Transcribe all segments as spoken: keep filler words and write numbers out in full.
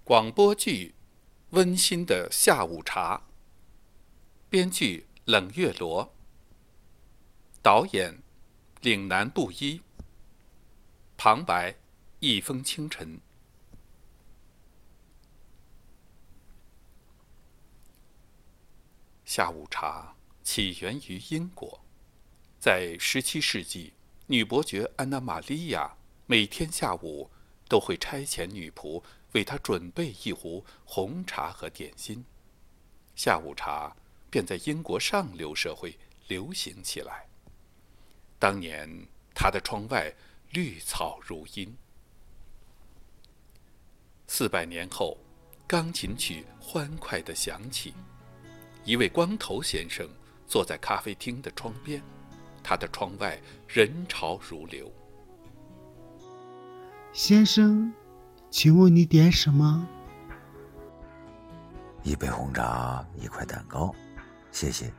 广播剧《温馨的下午茶》，编剧冷月罗，导演岭南布衣，旁白一风清晨。下午茶起源于英国，在十七世纪，女伯爵安娜玛利亚每天下午都会差遣女仆为她准备一壶红茶和点心，下午茶便在英国上流社会流行起来。当年她的窗外绿草如茵。四百年后，钢琴曲欢快地响起，一位光头先生坐在咖啡厅的窗边，他的窗外人潮如流。 先生，请问你点什么？ 一杯红茶，一块蛋糕，谢谢。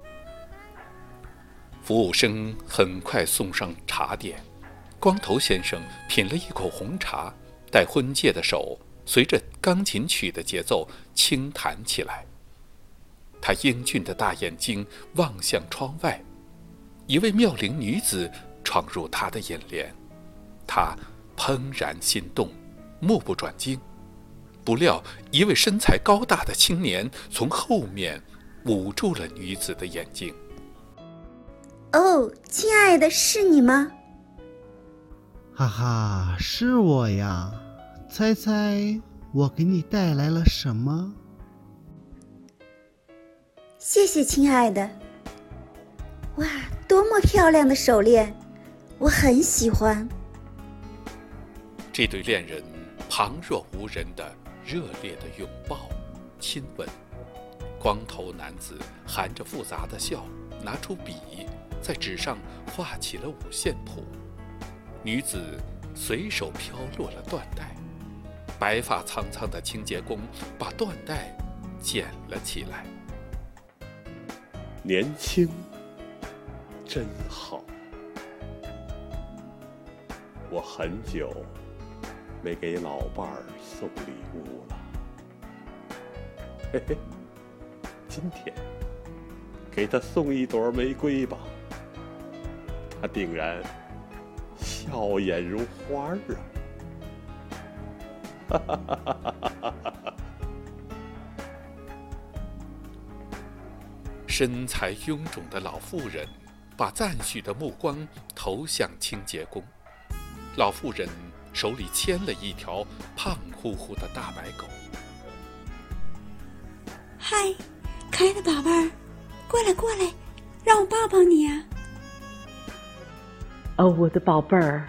服务生很快送上茶点，光头先生品了一口红茶，戴婚戒的手随着钢琴曲的节奏轻弹起来。他英俊的大眼睛望向窗外，一位妙龄女子闯入他的眼帘，他怦然心动，目不转睛。不料一位身材高大的青年从后面捂住了女子的眼睛。 哦，亲爱的，是你吗？ 哈哈，是我呀，猜猜我给你带来了什么？ 谢谢，亲爱的。哇，多么漂亮的手链，我很喜欢。 这对恋人旁若无人的热烈的拥抱、亲吻。光头男子含着复杂的笑，拿出笔，在纸上画起了五线谱。女子随手飘落了缎带，白发苍苍的清洁工把缎带捡了起来。 年轻真好，我很久没给老伴儿送礼物了，嘿嘿，今天给他送一朵玫瑰吧，他定然笑眼如花儿啊！哈哈哈哈哈哈！ 身材臃肿的老妇人把赞许的目光投向清洁工。老妇人手里牵了一条胖乎乎的大白狗。 嗨，可爱的宝贝儿，过来过来，让我抱抱你啊！ 哦，我的宝贝儿，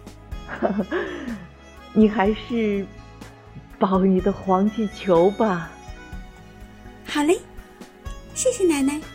你还是抱你的黄气球吧。 好嘞，谢谢奶奶。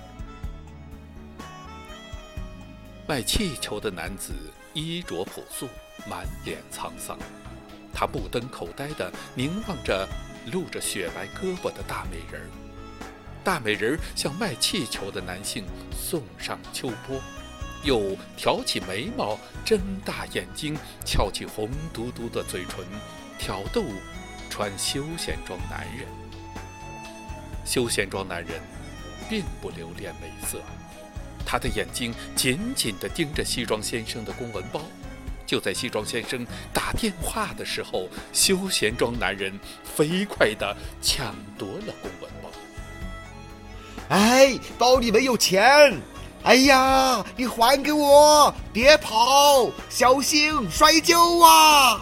卖气球的男子衣着朴素，满脸沧桑，他目瞪口呆地凝望着露着雪白胳膊的大美人儿。大美人儿向卖气球的男性送上秋波，又挑起眉毛，睁大眼睛，翘起红嘟嘟的嘴唇，挑逗穿休闲装男人。休闲装男人并不留恋美色，他的眼睛紧紧地盯着西装先生的公文包。就在西装先生打电话的时候，休闲装男人飞快地抢夺了公文包。 哎，包里没有钱！哎呀，你还给我！别跑，小心摔跤啊！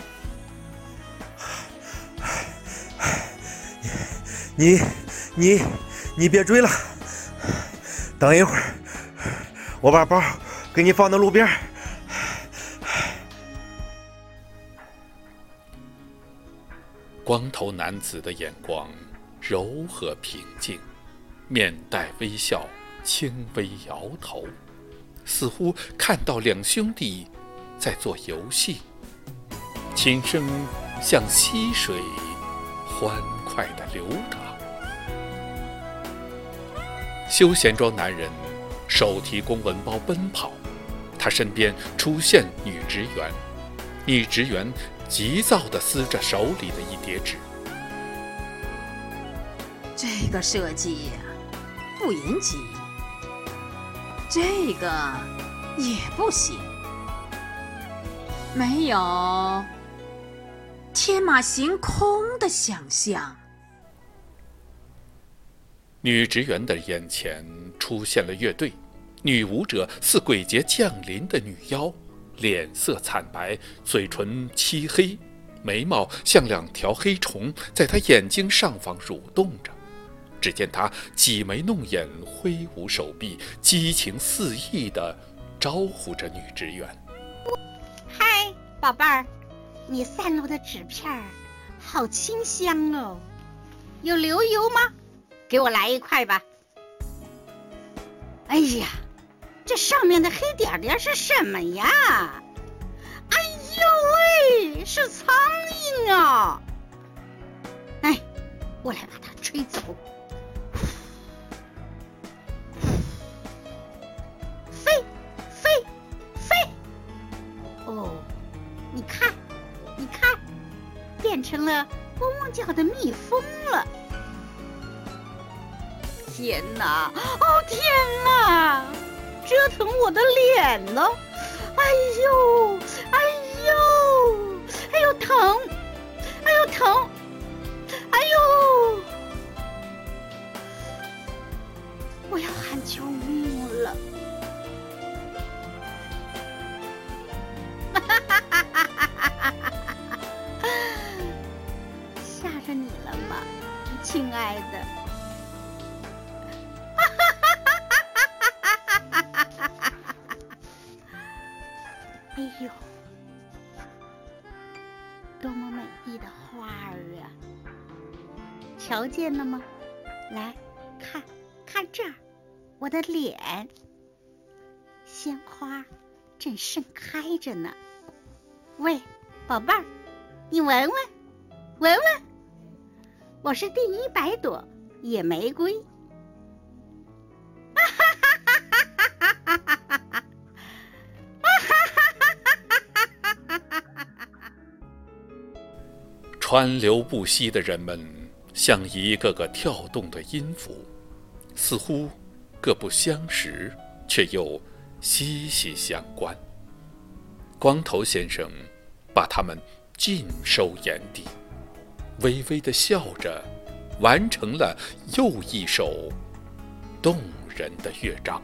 你你你别追了，等一会儿，我把包给你放到路边。 光头男子的眼光柔和平静，面带微笑，轻微摇头，似乎看到两兄弟在做游戏。琴声像溪水欢快地流淌。休闲装男人手提公文包奔跑，他身边出现女职员，女职员急躁地撕着手里的一叠纸。 这个设计不严谨，这个也不行，没有天马行空的想象。 女职员的眼前出现了乐队，女舞者似鬼节降临的女妖，脸色惨白，嘴唇漆黑，眉毛像两条黑虫在她眼睛上方蠕动着。只见她挤眉弄眼，挥舞手臂，激情四溢地招呼着女职员。 嗨，宝贝儿，你散落的纸片儿好清香哦，有流油吗？给我来一块吧。哎呀，这上面的黑点点是什么呀？哎呦喂，是苍蝇啊！哎，我来把它吹走。飞飞飞！哦，你看，你看，变成了嗡嗡叫的蜜蜂了。天哪！哦天哪！折腾我的脸了！哎呦，哎呦，哎呦疼！哎呦疼！哎呦！我要喊救命了！哈哈哈哈哈哈！吓着你了吗，亲爱的？哎呦，多么美丽的花儿啊！瞧见了吗？来看，看这儿，我的脸，鲜花正盛开着呢。喂，宝贝儿，你闻闻，闻闻，我是第一百朵野玫瑰。 川流不息的人们像一个个跳动的音符，似乎各不相识，却又息息相关。光头先生把他们尽收眼底，微微地笑着，完成了又一首动人的乐章。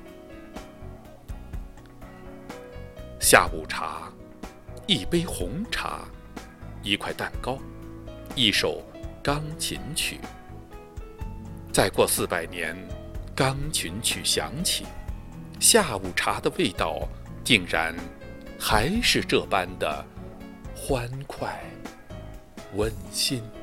下午茶，一杯红茶，一块蛋糕，一首钢琴曲。再过四百年，钢琴曲响起，下午茶的味道竟然还是这般的欢快温馨。